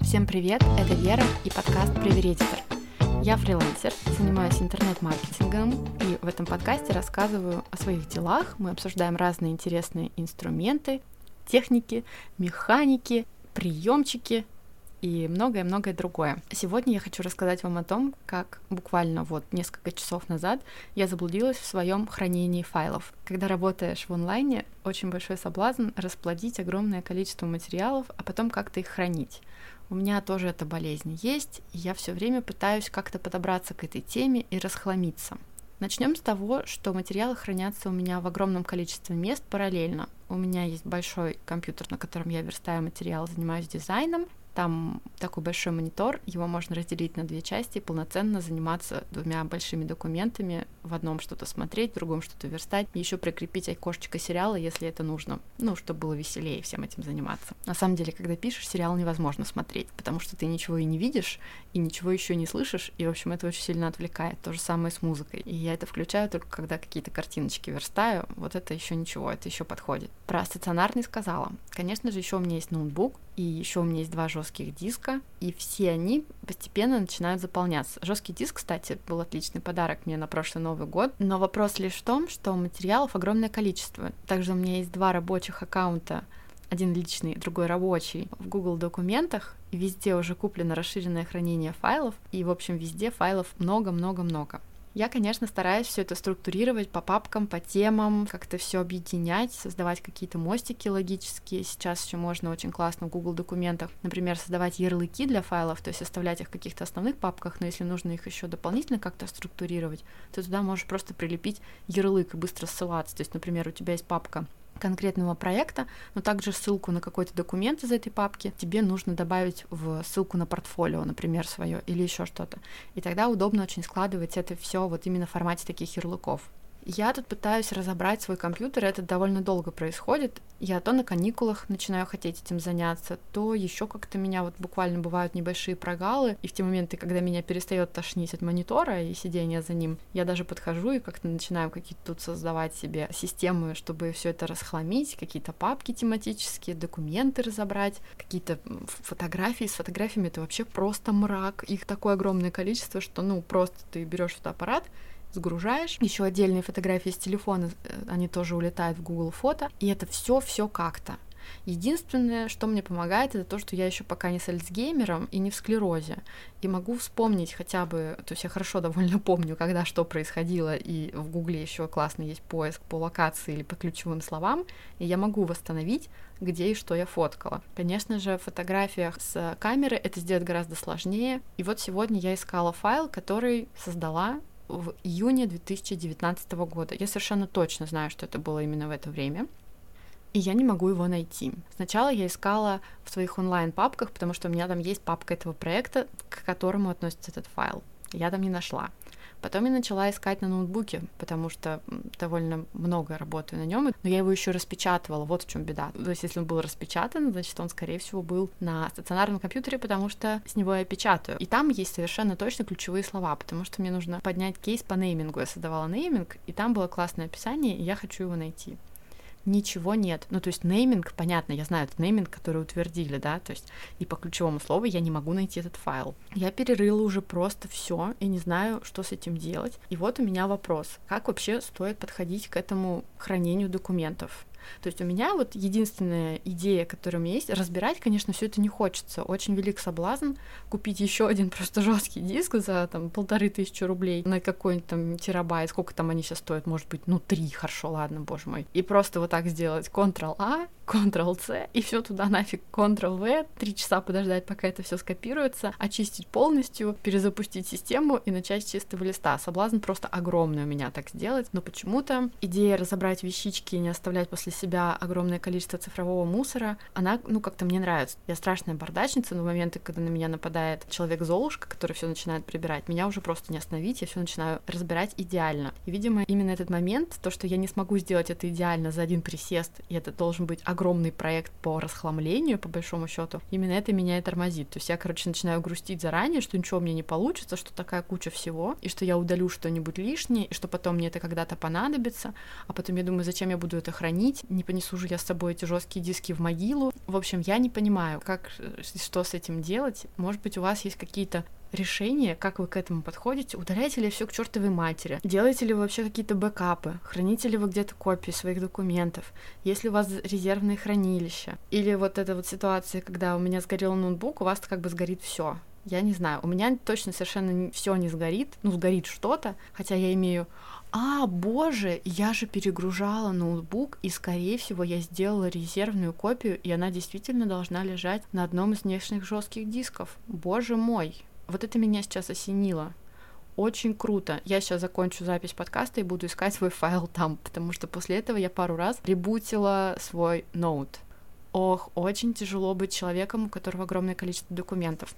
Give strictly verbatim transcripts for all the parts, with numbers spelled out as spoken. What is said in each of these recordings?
Всем привет, это Вера и подкаст «Привередитор». Я фрилансер, занимаюсь интернет-маркетингом, и в этом подкасте рассказываю о своих делах. Мы обсуждаем разные интересные инструменты, техники, механики, приемчики и многое-многое другое. Сегодня я хочу рассказать вам о том, как буквально вот несколько часов назад я заблудилась в своем хранении файлов. Когда работаешь в онлайне, очень большой соблазн расплодить огромное количество материалов, а потом как-то их хранить. У меня тоже эта болезнь есть, и я все время пытаюсь как-то подобраться к этой теме и расхламиться. Начнем с того, что материалы хранятся у меня в огромном количестве мест параллельно. У меня есть большой компьютер, на котором я верстаю материал, занимаюсь дизайном. Там такой большой монитор, его можно разделить на две части и полноценно заниматься двумя большими документами. В одном что-то смотреть, в другом что-то верстать. И еще прикрепить окошечко сериала, если это нужно. Ну, чтобы было веселее всем этим заниматься. На самом деле, когда пишешь, сериал невозможно смотреть, потому что ты ничего и не видишь, и ничего еще не слышишь, и, в общем, это очень сильно отвлекает. То же самое с музыкой. И я это включаю только когда какие-то картиночки верстаю. Вот это еще ничего, это еще подходит. Про стационарный сказала. Конечно же, еще у меня есть ноутбук, и еще у меня есть два жестких диска, и все они постепенно начинают заполняться. Жесткий диск, кстати, был отличный подарок мне на прошлый Новый год, но вопрос лишь в том, что материалов огромное количество. Также у меня есть два рабочих аккаунта, один личный, другой рабочий, в Google документах, и везде уже куплено расширенное хранение файлов, и, в общем, везде файлов много-много-много. Я, конечно, стараюсь все это структурировать по папкам, по темам, как-то все объединять, создавать какие-то мостики логические. Сейчас еще можно очень классно в Google документах, например, создавать ярлыки для файлов, то есть оставлять их в каких-то основных папках, но если нужно их еще дополнительно как-то структурировать, то туда можешь просто прилепить ярлык и быстро ссылаться. То есть, например, у тебя есть папка конкретного проекта, но также ссылку на какой-то документ из этой папки тебе нужно добавить в ссылку на портфолио, например, свое или еще что-то. И тогда удобно очень складывать это все вот именно в формате таких ярлыков. Я тут пытаюсь разобрать свой компьютер, это довольно долго происходит. Я то на каникулах начинаю хотеть этим заняться, то еще как-то меня вот буквально бывают небольшие прогалы, и в те моменты, когда меня перестает тошнить от монитора и сидения за ним, я даже подхожу и как-то начинаю какие-то тут создавать себе системы, чтобы все это расхламить, какие-то папки тематические, документы разобрать, какие-то фотографии. С фотографиями это вообще просто мрак, их такое огромное количество, что ну просто ты берешь фотоаппарат, сгружаешь. Еще отдельные фотографии с телефона, они тоже улетают в Google Фото, и это все-все как-то. Единственное, что мне помогает, это то, что я еще пока не с альцгеймером и не в склерозе, и могу вспомнить хотя бы, то есть я хорошо довольно помню, когда что происходило, и в Гугле еще классно есть поиск по локации или по ключевым словам, и я могу восстановить, где и что я фоткала. Конечно же, в фотографиях с камеры это сделать гораздо сложнее, и вот сегодня я искала файл, который создала в июне две тысячи девятнадцатого года. Я совершенно точно знаю, что это было именно в это время, и я не могу его найти. Сначала я искала в своих онлайн-папках, потому что у меня там есть папка этого проекта, к которому относится этот файл. Я там не нашла. Потом я начала искать на ноутбуке, потому что довольно много работаю на нем, но я его еще распечатывала, вот в чем беда. То есть если он был распечатан, значит он, скорее всего, был на стационарном компьютере, потому что с него я печатаю. И там есть совершенно точно ключевые слова, потому что мне нужно поднять кейс по неймингу. Я создавала нейминг, и там было классное описание, и я хочу его найти. Ничего нет. Ну, то есть нейминг, понятно, я знаю, это нейминг, который утвердили, да, то есть и по ключевому слову я не могу найти этот файл. Я перерыла уже просто все и не знаю, что с этим делать. И вот у меня вопрос, как вообще стоит подходить к этому хранению документов? То есть у меня вот единственная идея, которая у меня есть, разбирать, конечно, все это не хочется. Очень велик соблазн купить еще один просто жесткий диск за там полторы тысячи рублей на какой-нибудь там терабайт, сколько там они сейчас стоят, может быть, ну три, хорошо, ладно, боже мой. И просто вот так сделать контрол-А, контрол-С, и все туда нафиг контрол-В, три часа подождать, пока это все скопируется, очистить полностью, перезапустить систему и начать с чистого листа. Соблазн просто огромный у меня так сделать, но почему-то идея разобрать вещички и не оставлять после себя огромное количество цифрового мусора, она, ну, как-то мне нравится. Я страшная бардачница, но в моменты, когда на меня нападает человек-золушка, который все начинает прибирать, меня уже просто не остановить, я все начинаю разбирать идеально. И, видимо, именно этот момент, то, что я не смогу сделать это идеально за один присест, и это должен быть огромный огромный проект по расхламлению, по большому счету, именно это меня и тормозит. То есть я, короче, начинаю грустить заранее, что ничего мне не получится, что такая куча всего, и что я удалю что-нибудь лишнее, и что потом мне это когда-то понадобится, а потом я думаю, зачем я буду это хранить, не понесу же я с собой эти жесткие диски в могилу. В общем, я не понимаю, как, что с этим делать. Может быть, у вас есть какие-то решение, как вы к этому подходите, удаляете ли все к чертовой матери, делаете ли вы вообще какие-то бэкапы, храните ли вы где-то копии своих документов, есть ли у вас резервные хранилища, или вот эта вот ситуация, когда у меня сгорел ноутбук, у вас как бы сгорит все. Я не знаю, у меня точно совершенно все не сгорит, ну сгорит что-то, хотя я имею а, боже, я же перегружала ноутбук, и, скорее всего, я сделала резервную копию, и она действительно должна лежать на одном из внешних жестких дисков. Боже мой! Вот это меня сейчас осенило. Очень круто. Я сейчас закончу запись подкаста и буду искать свой файл там, потому что после этого я пару раз ребутила свой ноут. Ох, очень тяжело быть человеком, у которого огромное количество документов.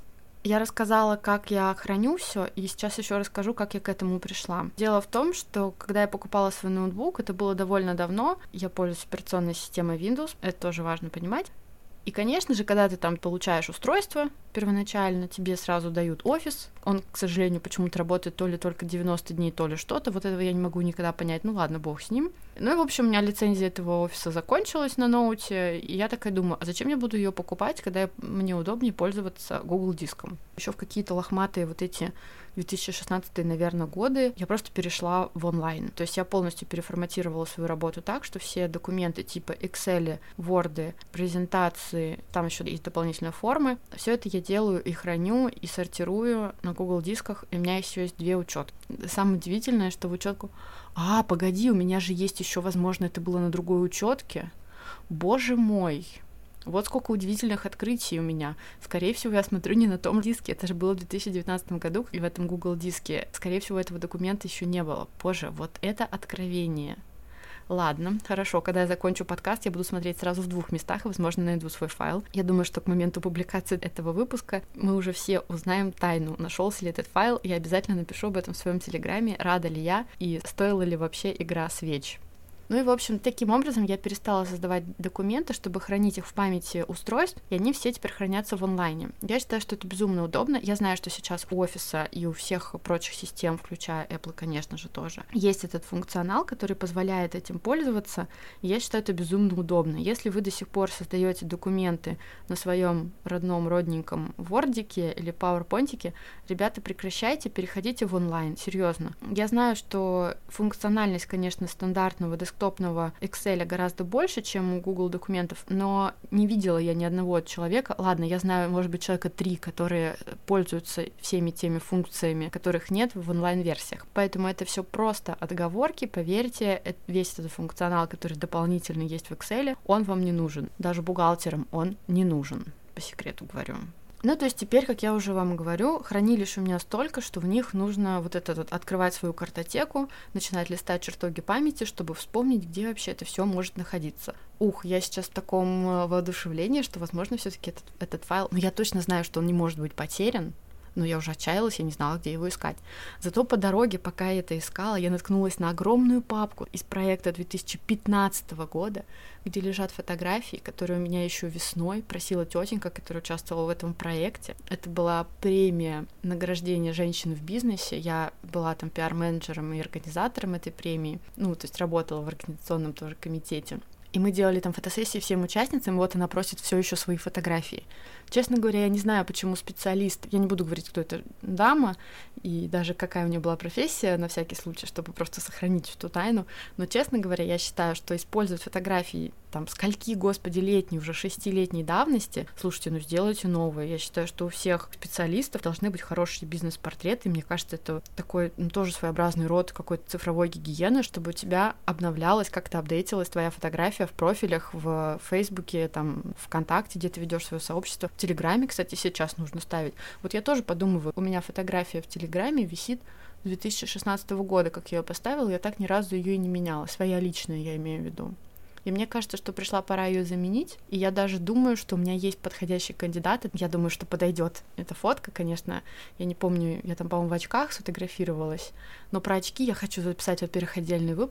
Я рассказала, как я храню все, и сейчас еще расскажу, как я к этому пришла. Дело в том, что когда я покупала свой ноутбук, это было довольно давно, я пользуюсь операционной системой Windows, это тоже важно понимать. И, конечно же, когда ты там получаешь устройство первоначально, тебе сразу дают офис. Он, к сожалению, почему-то работает то ли только девяносто дней, то ли что-то. Вот этого я не могу никогда понять. Ну ладно, бог с ним. Ну и, в общем, у меня лицензия этого офиса закончилась на ноуте. И я такая думаю, а зачем я буду ее покупать, когда я, мне удобнее пользоваться Google диском? Еще в какие-то лохматые вот эти две тысячи шестнадцатые, наверное, годы я просто перешла в онлайн. То есть я полностью переформатировала свою работу так, что все документы типа Excel, Word, презентации, там еще есть дополнительные формы, все это я делаю и храню, и сортирую на Google дисках, и у меня еще есть две учетки. Самое удивительное, что в учетку... А, погоди, у меня же есть еще, возможно, это было на другой учетке. Боже мой! Вот сколько удивительных открытий у меня. Скорее всего, я смотрю не на том диске. Это же было в две тысячи девятнадцатом году, и в этом Google диске. Скорее всего, этого документа еще не было. Боже, вот это откровение. Ладно, хорошо, когда я закончу подкаст, я буду смотреть сразу в двух местах и, возможно, найду свой файл. Я думаю, что к моменту публикации этого выпуска мы уже все узнаем тайну, нашелся ли этот файл. Я обязательно напишу об этом в своем телеграме, рада ли я и стоила ли вообще игра свеч. Ну и, в общем, таким образом я перестала создавать документы, чтобы хранить их в памяти устройств, и они все теперь хранятся в онлайне. Я считаю, что это безумно удобно. Я знаю, что сейчас у офиса и у всех прочих систем, включая Apple, конечно же, тоже, есть этот функционал, который позволяет этим пользоваться, и я считаю, это безумно удобно. Если вы до сих пор создаете документы на своем родном, родненьком Word'ике или PowerPoint'ике, ребята, прекращайте, переходите в онлайн, серьезно. Я знаю, что функциональность, конечно, стандартного десктопа топного Excel гораздо больше, чем у Google документов, но не видела я ни одного человека, ладно, я знаю, может быть, человека три, которые пользуются всеми теми функциями, которых нет в онлайн-версиях. Поэтому это все просто отговорки, поверьте, весь этот функционал, который дополнительно есть в Excel, он вам не нужен. Даже бухгалтерам он не нужен, по секрету говорю. Ну, то есть теперь, как я уже вам говорю, хранилищ у меня столько, что в них нужно вот это вот открывать свою картотеку, начинать листать чертоги памяти, чтобы вспомнить, где вообще это все может находиться. Ух, я сейчас в таком воодушевлении, что, возможно, все-таки этот, этот файл, но я точно знаю, что он не может быть потерян, но я уже отчаялась, я не знала, где его искать. Зато по дороге, пока я это искала, я наткнулась на огромную папку из проекта две тысячи пятнадцатого года, где лежат фотографии, которые у меня еще весной просила тетенька, которая участвовала в этом проекте. Это была премия награждения женщин в бизнесе. Я была там пиар-менеджером и организатором этой премии, ну, то есть работала в организационном тоже комитете. И мы делали там фотосессии всем участницам, и вот она просит все еще свои фотографии. Честно говоря, я не знаю, почему специалист, я не буду говорить, кто это дама, и даже какая у нее была профессия, на всякий случай, чтобы просто сохранить эту тайну, но, честно говоря, я считаю, что использовать фотографии там скольки, господи, летней, уже шестилетней давности, слушайте, ну сделайте новые. Я считаю, что у всех специалистов должны быть хорошие бизнес-портреты, и мне кажется, это такой, ну, тоже своеобразный род какой-то цифровой гигиены, чтобы у тебя обновлялась, как-то апдейтилась твоя фотография в профилях, в Фейсбуке, там, ВКонтакте, где ты ведешь свое сообщество. В Телеграме, кстати, сейчас нужно ставить. Вот я тоже подумываю, у меня фотография в Телеграме висит с две тысячи шестнадцатого года, как я ее поставила, я так ни разу ее и не меняла, своя личная, я имею в виду. И мне кажется, что пришла пора ее заменить, и я даже думаю, что у меня есть подходящий кандидат, я думаю, что подойдет эта фотка, конечно, я не помню, я там, по-моему, в очках сфотографировалась, но про очки я хочу записать, во-первых, отдельный выпуск,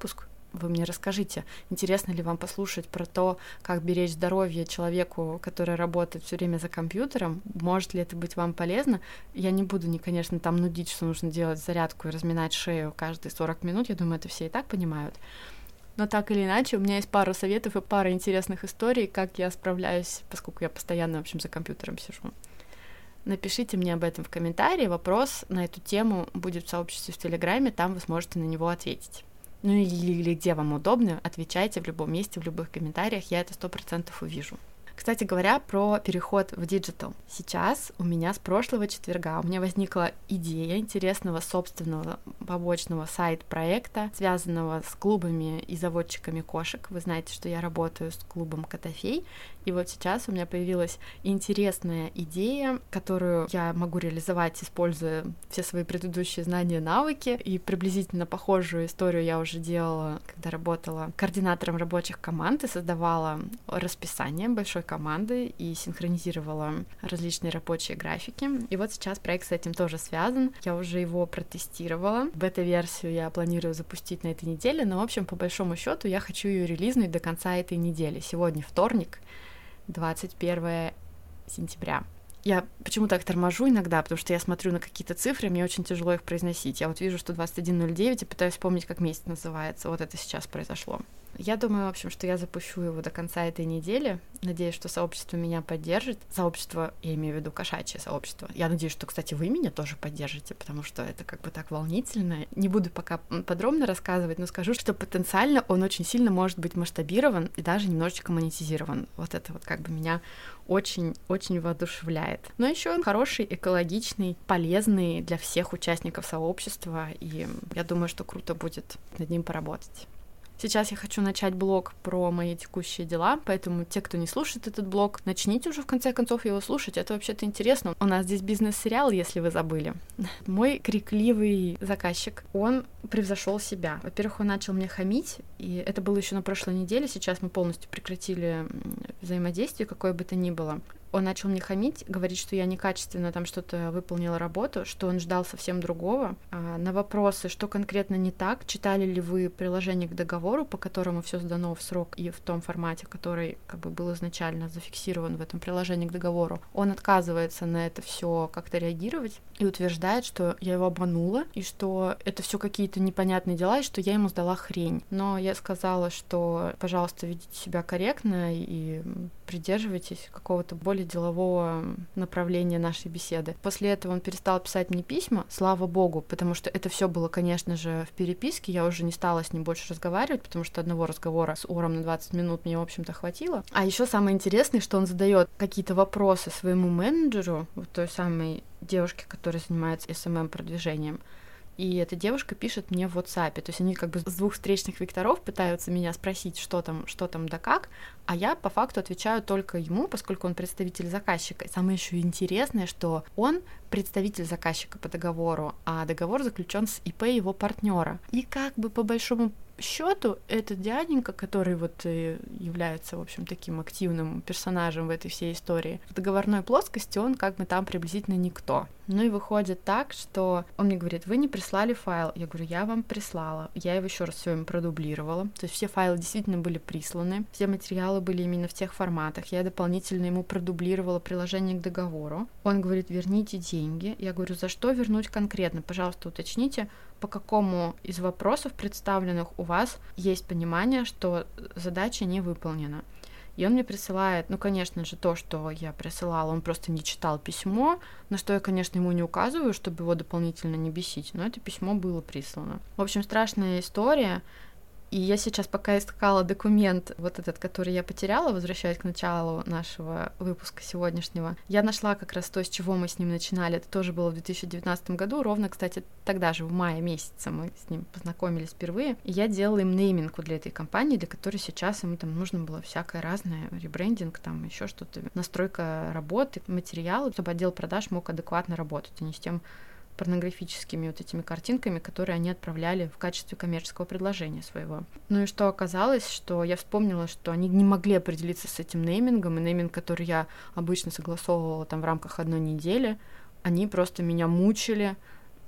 вы мне расскажите, интересно ли вам послушать про то, как беречь здоровье человеку, который работает все время за компьютером, может ли это быть вам полезно. Я не буду, не, конечно, там нудить, что нужно делать зарядку и разминать шею каждые сорок минут, я думаю, это все и так понимают. Но так или иначе, у меня есть пару советов и пара интересных историй, как я справляюсь, поскольку я постоянно, в общем, за компьютером сижу. Напишите мне об этом в комментарии, вопрос на эту тему будет в сообществе в Телеграме, там вы сможете на него ответить. Ну или, или где вам удобно, отвечайте в любом месте, в любых комментариях, я это сто процентов увижу. Кстати говоря, про переход в диджитал. Сейчас у меня с прошлого четверга у меня возникла идея интересного собственного побочного сайт-проекта, связанного с клубами и заводчиками кошек. Вы знаете, что я работаю с клубом Котофей, и вот сейчас у меня появилась интересная идея, которую я могу реализовать, используя все свои предыдущие знания и навыки, и приблизительно похожую историю я уже делала, когда работала координатором рабочих команд и создавала расписание большой команды и синхронизировала различные рабочие графики. И вот сейчас проект с этим тоже связан. Я уже его протестировала. Бета-версию я планирую запустить на этой неделе, но, в общем, по большому счету я хочу ее релизнуть до конца этой недели. Сегодня вторник, двадцать первое сентября. Я почему так торможу иногда, потому что я смотрю на какие-то цифры, мне очень тяжело их произносить. Я вот вижу, что двадцать один ноль девять, и пытаюсь вспомнить, как месяц называется. Вот это сейчас произошло. Я думаю, в общем, что я запущу его до конца этой недели. Надеюсь, что сообщество меня поддержит. Сообщество, я имею в виду кошачье сообщество. Я надеюсь, что, кстати, вы меня тоже поддержите, потому что это как бы так волнительно. Не буду пока подробно рассказывать, но скажу, что потенциально он очень сильно может быть масштабирован и даже немножечко монетизирован. Вот это вот как бы меня очень-очень воодушевляет. Но еще он хороший, экологичный, полезный для всех участников сообщества, и я думаю, что круто будет над ним поработать. Сейчас я хочу начать блог про мои текущие дела, поэтому те, кто не слушает этот блог, начните уже в конце концов его слушать, это вообще-то интересно. У нас здесь бизнес-сериал, если вы забыли. Мой крикливый заказчик, он превзошел себя. Во-первых, он начал мне хамить, и это было еще на прошлой неделе, сейчас мы полностью прекратили взаимодействие, какое бы то ни было. Он начал мне хамить, говорить, что я некачественно там что-то выполнила работу, что он ждал совсем другого. А на вопросы, что конкретно не так, читали ли вы приложение к договору, по которому все сдано в срок и в том формате, который как бы был изначально зафиксирован в этом приложении к договору, он отказывается на это все как-то реагировать и утверждает, что я его обманула, и что это все какие-то непонятные дела, и что я ему сдала хрень. Но я сказала, что, пожалуйста, ведите себя корректно и придерживайтесь какого-то более делового направления нашей беседы. После этого он перестал писать мне письма, слава богу, потому что это все было, конечно же, в переписке, я уже не стала с ним больше разговаривать, потому что одного разговора с Ором на двадцать минут мне, в общем-то, хватило. А еще самое интересное, что он задает какие-то вопросы своему менеджеру, вот той самой девушке, которая занимается эс эм эм-продвижением, и эта девушка пишет мне в WhatsApp. То есть они как бы с двух встречных векторов пытаются меня спросить, что там, что там да как, а я по факту отвечаю только ему, поскольку он представитель заказчика. И самое еще интересное, что он представитель заказчика по договору, а договор заключен с ИП его партнера. И как бы по большому счету этот дяденька, который вот является, в общем, таким активным персонажем в этой всей истории, в договорной плоскости он как бы там приблизительно никто. Ну и выходит так, что он мне говорит: вы не прислали файл. Я говорю: я вам прислала. Я его еще раз все им продублировала. То есть все файлы действительно были присланы, все материалы были именно в тех форматах. Я дополнительно ему продублировала приложение к договору. Он говорит: верните деньги. Я говорю: за что вернуть конкретно? Пожалуйста, уточните, по какому из вопросов, представленных у вас, есть понимание, что задача не выполнена. И он мне присылает, ну, конечно же, то, что я присылала, он просто не читал письмо, на что я, конечно, ему не указываю, чтобы его дополнительно не бесить, но это письмо было прислано. В общем, страшная история. И я сейчас, пока искала документ, вот этот, который я потеряла, возвращаясь к началу нашего выпуска сегодняшнего, я нашла как раз то, с чего мы с ним начинали. Это тоже было в две тысячи девятнадцатом году, ровно, кстати, тогда же, в мае месяце мы с ним познакомились впервые. И я делала им нейминг для этой компании, для которой сейчас им там нужно было всякое разное, ребрендинг, там еще что-то, настройка работы, материалы, чтобы отдел продаж мог адекватно работать, а не с тем порнографическими вот этими картинками, которые они отправляли в качестве коммерческого предложения своего. Ну и что оказалось, что я вспомнила, что они не могли определиться с этим неймингом, и нейминг, который я обычно согласовывала там в рамках одной недели, они просто меня мучили,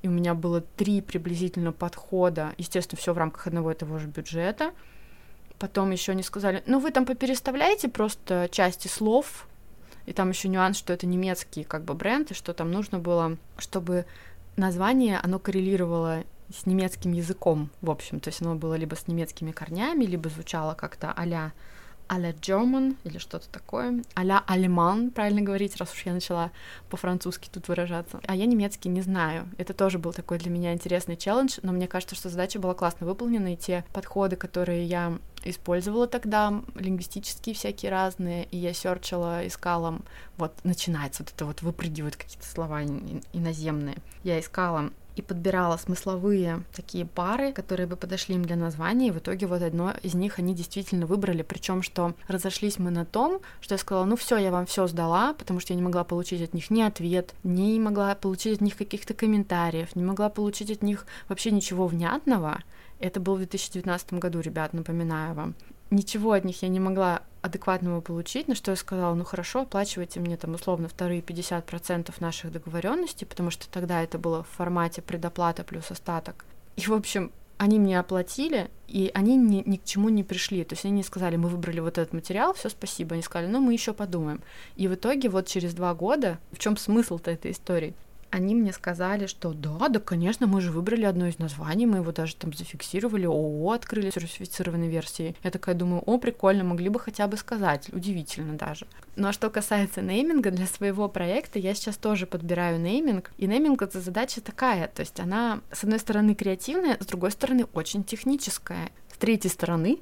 и у меня было три приблизительно подхода, естественно, все в рамках одного и того же бюджета. Потом еще они сказали, ну вы там попереставляете просто части слов, и там еще нюанс, что это немецкий как бы бренд, и что там нужно было, чтобы название, оно коррелировало с немецким языком, в общем, то есть оно было либо с немецкими корнями, либо звучало как-то а-ля а-ля German или что-то такое, а-ля Allemand, правильно говорить, раз уж я начала по-французски тут выражаться. А я немецкий не знаю. Это тоже был такой для меня интересный челлендж, но мне кажется, что задача была классно выполнена, и те подходы, которые я использовала тогда, лингвистические всякие разные, и я серчила, искала, вот начинается вот это вот, выпрыгивают какие-то слова иноземные. Я искала и подбирала смысловые такие пары, которые бы подошли им для названия, и в итоге вот одно из них они действительно выбрали, причем что разошлись мы на том, что я сказала, ну все, я вам все сдала, потому что я не могла получить от них ни ответ, не могла получить от них каких-то комментариев, не могла получить от них вообще ничего внятного. Это было в две тысячи девятнадцатом году, ребят, напоминаю вам. Ничего от них я не могла адекватного получить, на что я сказала, ну хорошо, оплачивайте мне там условно вторые пятьдесят процентов наших договоренностей, потому что тогда это было в формате предоплата плюс остаток. И, в общем, они мне оплатили, и они ни, ни к чему не пришли. То есть они не сказали, мы выбрали вот этот материал, все, спасибо. Они сказали, ну мы еще подумаем. И в итоге вот через два года, в чем смысл-то этой истории? Они мне сказали, что да, да, конечно, мы же выбрали одно из названий, мы его даже там зафиксировали, ООО открыли сертифицированной версии. Я такая думаю, о, прикольно, могли бы хотя бы сказать, удивительно даже. Ну а что касается нейминга, для своего проекта я сейчас тоже подбираю нейминг, и нейминг — это задача такая, то есть она, с одной стороны, креативная, с другой стороны, очень техническая. Третьей стороны,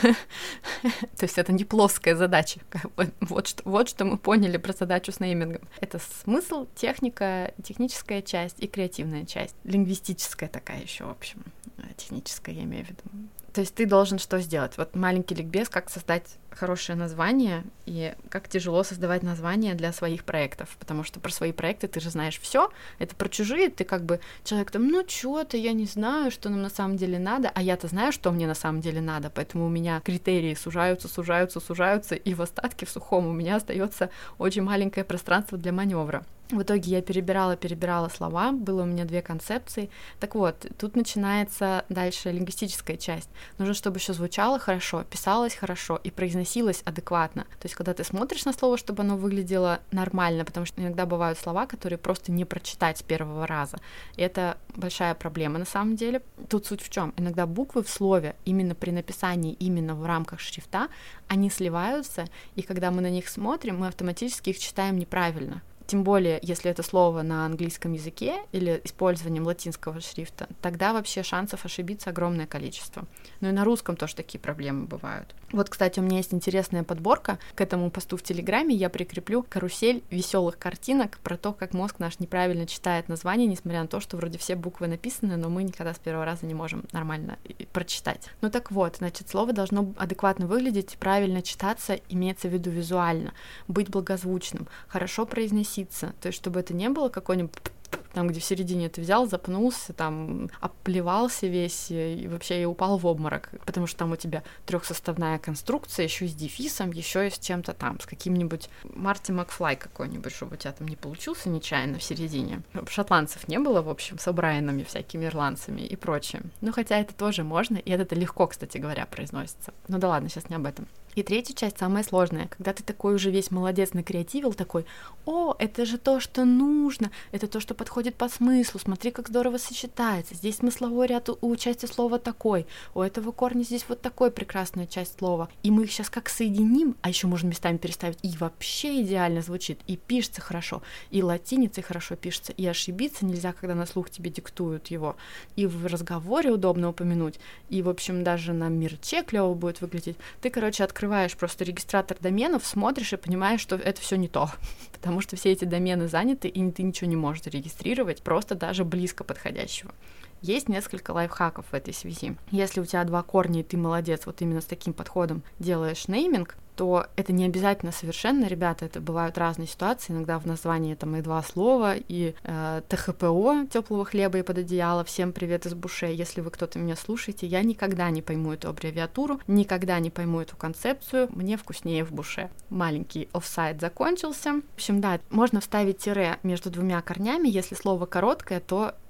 то есть это не плоская задача, вот что, вот что мы поняли про задачу с неймингом. Это смысл, техника, техническая часть и креативная часть, лингвистическая такая еще, в общем, техническая, я имею в виду. То есть ты должен что сделать? Вот маленький ликбез, как создать хорошее название и как тяжело создавать название для своих проектов, потому что про свои проекты ты же знаешь все, это про чужие ты как бы человек там, ну чё-то я не знаю, что нам на самом деле надо, а я-то знаю, что мне на самом деле надо, поэтому у меня критерии сужаются, сужаются, сужаются, и в остатке в сухом у меня остается очень маленькое пространство для маневра. В итоге я перебирала, перебирала слова, было у меня две концепции. Так вот, тут начинается дальше лингвистическая часть. Нужно, чтобы все звучало хорошо, писалось хорошо и произносилось адекватно. То есть, когда ты смотришь на слово, чтобы оно выглядело нормально, потому что иногда бывают слова, которые просто не прочитать с первого раза. И это большая проблема на самом деле. Тут суть в чем? Иногда буквы в слове, именно при написании, именно в рамках шрифта, они сливаются, и когда мы на них смотрим, мы автоматически их читаем неправильно. Тем более, если это слово на английском языке или использованием латинского шрифта, тогда вообще шансов ошибиться огромное количество. Ну и на русском тоже такие проблемы бывают. Вот, кстати, у меня есть интересная подборка. К этому посту в Телеграме я прикреплю карусель веселых картинок про то, как мозг наш неправильно читает название, несмотря на то, что вроде все буквы написаны, но мы никогда с первого раза не можем нормально прочитать. Ну так вот, значит, слово должно адекватно выглядеть, правильно читаться, имеется в виду визуально, быть благозвучным, хорошо произноситься, то есть чтобы это не было какой-нибудь там, где в середине ты взял, запнулся, там, оплевался весь и вообще и упал в обморок, потому что там у тебя трехсоставная конструкция, еще и с дефисом, еще и с чем-то там, с каким-нибудь Марти Макфлай какой-нибудь, чтобы у тебя там не получился нечаянно в середине. Шотландцев не было, в общем, с О'Брайенами, всякими ирландцами и прочее. Ну, хотя это тоже можно, и это легко, кстати говоря, произносится. Ну да ладно, сейчас не об этом. И третья часть самая сложная, когда ты такой уже весь молодец накреативил, такой, о, это же то, что нужно, это то, что подходит по смыслу, смотри, как здорово сочетается, здесь смысловой ряд у, у части слова такой, у этого корня здесь вот такой прекрасная часть слова, и мы их сейчас как соединим, а еще можно местами переставить, и вообще идеально звучит, и пишется хорошо, и латиницей хорошо пишется, и ошибиться нельзя, когда на слух тебе диктуют его, и в разговоре удобно упомянуть, и, в общем, даже на мерче клево будет выглядеть. Ты, короче, открываешь Открываешь просто регистратор доменов, смотришь и понимаешь, что это все не то, потому что все эти домены заняты, и ты ничего не можешь зарегистрировать, просто даже близко подходящего. Есть несколько лайфхаков в этой связи. Если у тебя два корня, и ты молодец, вот именно с таким подходом делаешь нейминг, то это не обязательно совершенно, ребята, это бывают разные ситуации, иногда в названии там и два слова, и э, ТХПО, теплого хлеба и под одеяло, всем привет из Буше, если вы кто-то меня слушаете, я никогда не пойму эту аббревиатуру, никогда не пойму эту концепцию, мне вкуснее в Буше. Маленький офсайд закончился. В общем, да, можно вставить тире между двумя корнями, если слово короткое, то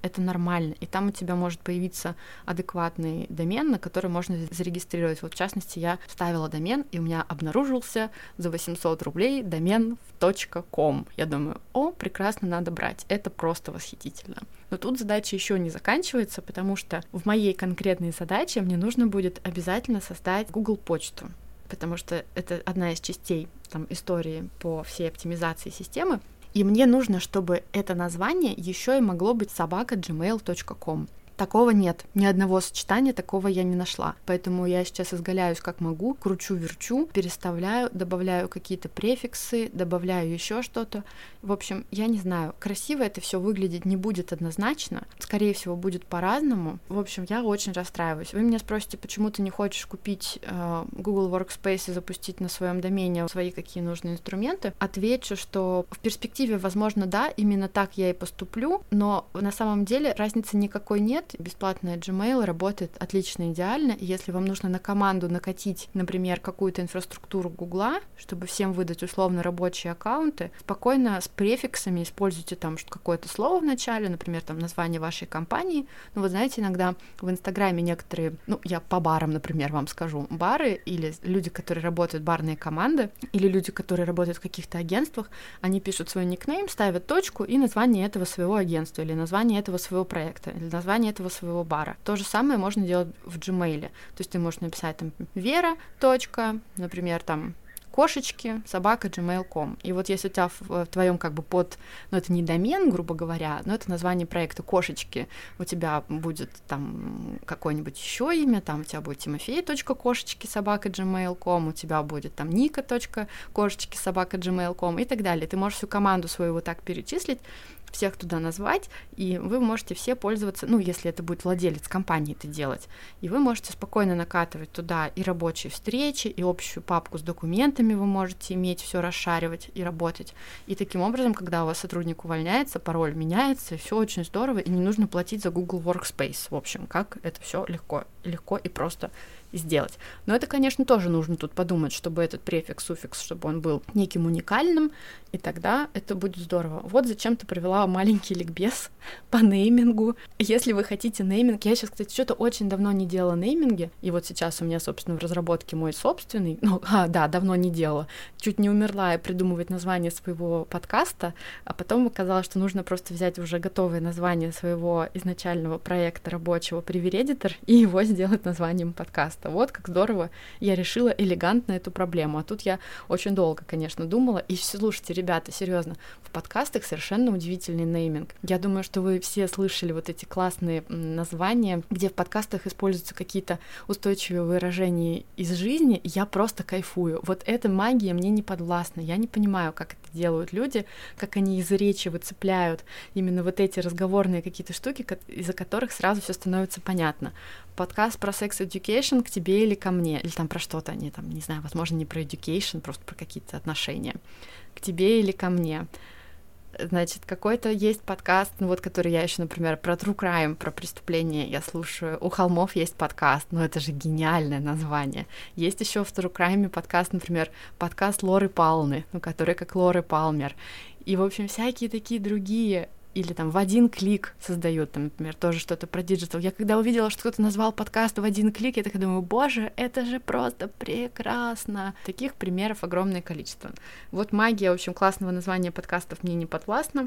это нормально, и там у тебя может появиться адекватный домен, на который можно зарегистрировать. Вот в частности, я вставила домен, и у меня обнаружился за восемьсот рублей домен в .com. Я думаю, о, прекрасно, надо брать, это просто восхитительно. Но тут задача еще не заканчивается, потому что в моей конкретной задаче мне нужно будет обязательно создать Google почту, потому что это одна из частей там, истории по всей оптимизации системы. И мне нужно, чтобы это название еще и могло быть собака джи мейл точка ком. Такого нет, ни одного сочетания такого я не нашла. Поэтому я сейчас изгаляюсь как могу, кручу-верчу, переставляю, добавляю какие-то префиксы, добавляю еще что-то. В общем, я не знаю, красиво это все выглядеть не будет однозначно, скорее всего, будет по-разному. В общем, я очень расстраиваюсь. Вы меня спросите, почему ты не хочешь купить э, Google Workspace и запустить на своем домене свои какие нужные инструменты? Отвечу, что в перспективе, возможно, да, именно так я и поступлю, но на самом деле разницы никакой нет. Бесплатная Gmail работает отлично, идеально, и если вам нужно на команду накатить, например, какую-то инфраструктуру Гугла, чтобы всем выдать условно рабочие аккаунты, спокойно с префиксами используйте там какое-то слово в начале, например, там название вашей компании. Ну, вы знаете, иногда в Инстаграме некоторые, ну, я по барам, например, вам скажу, бары или люди, которые работают, барные команды, или люди, которые работают в каких-то агентствах, они пишут свой никнейм, ставят точку и название этого своего агентства, или название этого своего проекта, или название этого своего бара. То же самое можно делать в Gmail. То есть ты можешь написать там Вера, точка, например, там кошечки, собака джи мейл точка ком. И вот если у тебя в, в твоем как бы под, ну это не домен, грубо говоря, но это название проекта кошечки, у тебя будет там какое-нибудь еще имя, там у тебя будет Тимофей.кошечки, собака джи мейл точка ком, у тебя будет там Ника.кошечки, собака джи мейл точка ком и так далее. Ты можешь всю команду свою вот так перечислить, всех туда назвать, и вы можете все пользоваться, ну, если это будет владелец компании это делать, и вы можете спокойно накатывать туда и рабочие встречи, и общую папку с документами вы можете иметь, все расшаривать и работать. И таким образом, когда у вас сотрудник увольняется, пароль меняется, и все очень здорово, и не нужно платить за Google Workspace. В общем, как это все легко, легко и просто сделать. Но это, конечно, тоже нужно тут подумать, чтобы этот префикс, суффикс, чтобы он был неким уникальным, и тогда это будет здорово. Вот зачем ты провела маленький ликбез по неймингу. Если вы хотите нейминг, я сейчас, кстати, что-то очень давно не делала нейминги, и вот сейчас у меня, собственно, в разработке мой собственный, ну, а, да, давно не делала, чуть не умерла я придумывать название своего подкаста, а потом оказалось, что нужно просто взять уже готовое название своего изначального проекта рабочего Priviredditor и его сделать названием подкаста. Вот как здорово я решила элегантно эту проблему. А тут я очень долго, конечно, думала. И слушайте, ребята, серьезно, в подкастах совершенно удивительный нейминг. Я думаю, что вы все слышали вот эти классные названия, где в подкастах используются какие-то устойчивые выражения из жизни. Я просто кайфую. Вот эта магия мне не подвластна. Я не понимаю, как это делают люди, как они из речи выцепляют именно вот эти разговорные какие-то штуки, из-за которых сразу все становится понятно. Подкаст про Sex Education к тебе или ко мне, или там про что-то они там, не знаю, возможно, не про education, просто про какие-то отношения. К тебе или ко мне. Значит, какой-то есть подкаст, ну вот, который я еще, например, про true crime, про преступления я слушаю. У холмов есть подкаст, ну это же гениальное название. Есть еще в true crime подкаст, например, подкаст Лоры Палны, ну, который как Лоры Палмер. И, в общем, всякие такие другие. Или там в один клик создают, там, например, тоже что-то про диджитал. Я когда увидела, что кто-то назвал подкаст в один клик, я так думаю, боже, это же просто прекрасно. Таких примеров огромное количество. Вот магия, в общем, классного названия подкастов мне не подвластна.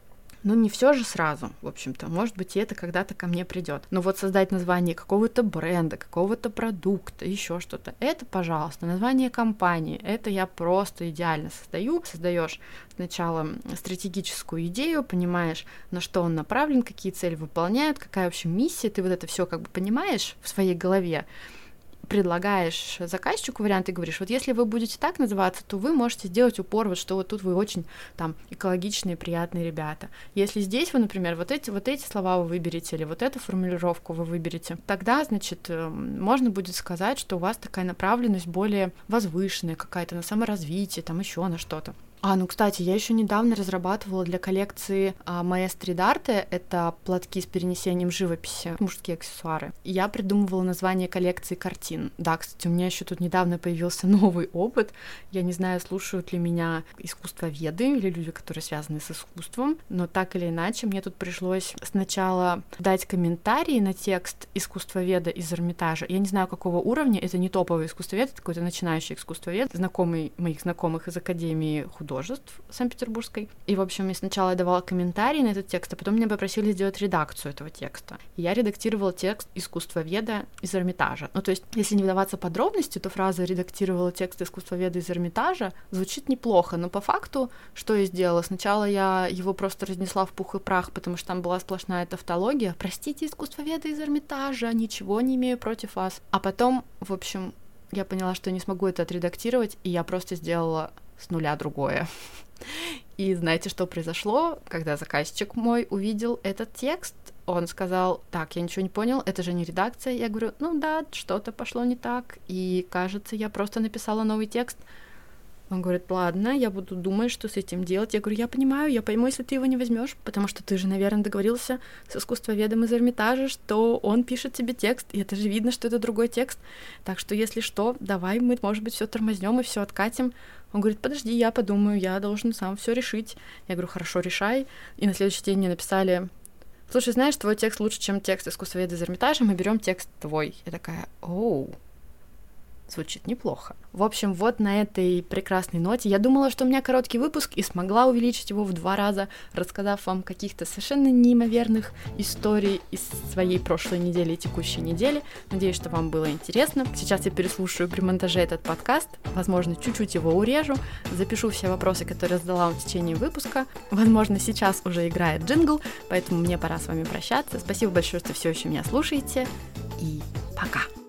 Но не все же сразу, в общем-то. Может быть, и это когда-то ко мне придет. Но вот создать название какого-то бренда, какого-то продукта, еще что-то, это, пожалуйста, название компании, это я просто идеально создаю. Создаешь сначала стратегическую идею, понимаешь, на что он направлен, какие цели выполняют, какая вообще миссия, ты вот это все как бы понимаешь в своей голове, предлагаешь заказчику вариант и говоришь, вот если вы будете так называться, то вы можете сделать упор, вот что вот тут вы очень там экологичные, приятные ребята. Если здесь вы, например, вот эти, вот эти слова вы выберете или вот эту формулировку вы выберете, тогда, значит, можно будет сказать, что у вас такая направленность более возвышенная какая-то, на саморазвитие, там еще на что-то. А, ну, кстати, я еще недавно разрабатывала для коллекции а, моя стрит-арты, это платки с перенесением живописи, мужские аксессуары. Я придумывала название коллекции картин. Да, кстати, у меня еще тут недавно появился новый опыт. Я не знаю, слушают ли меня искусствоведы или люди, которые связаны с искусством, но так или иначе мне тут пришлось сначала дать комментарии на текст искусствоведа из Эрмитажа. Я не знаю, какого уровня, это не топовый искусствовед, это какой-то начинающий искусствовед, знакомый моих знакомых из Академии художеств Санкт-Петербургской. И, в общем, я сначала давала комментарии на этот текст, а потом меня попросили сделать редакцию этого текста. И я редактировала текст искусствоведа из Эрмитажа. Ну, то есть, если не вдаваться в подробности, то фраза «редактировала текст искусствоведа из Эрмитажа» звучит неплохо, но по факту, что я сделала? Сначала я его просто разнесла в пух и прах, потому что там была сплошная тавтология. Простите, искусствоведы из Эрмитажа, ничего не имею против вас. А потом, в общем, я поняла, что я не смогу это отредактировать, и я просто сделала с нуля другое. И знаете, что произошло, когда заказчик мой увидел этот текст? Он сказал: так, я ничего не понял, это же не редакция. Я говорю: ну да, что-то пошло не так, и кажется, я просто написала новый текст. Он говорит: ладно, я буду думать, что с этим делать. Я говорю: я понимаю, я пойму, если ты его не возьмешь, потому что ты же, наверное, договорился с искусствоведом из Эрмитажа, что он пишет тебе текст, и это же видно, что это другой текст. Так что, если что, давай мы, может быть, все тормознем и все откатим. Он говорит: подожди, я подумаю, я должен сам все решить. Я говорю: хорошо, решай. И на следующий день мне написали: слушай, знаешь, твой текст лучше, чем текст искусствоведа из Эрмитажа, мы берем текст твой. Я такая: оу, звучит неплохо. В общем, вот на этой прекрасной ноте я думала, что у меня короткий выпуск, и смогла увеличить его в два раза, рассказав вам каких-то совершенно неимоверных историй из своей прошлой недели и текущей недели. Надеюсь, что вам было интересно. Сейчас я переслушаю при монтаже этот подкаст, возможно, чуть-чуть его урежу, запишу все вопросы, которые задала вам в течение выпуска. Возможно, сейчас уже играет джингл, поэтому мне пора с вами прощаться. Спасибо большое, что все еще меня слушаете, и пока!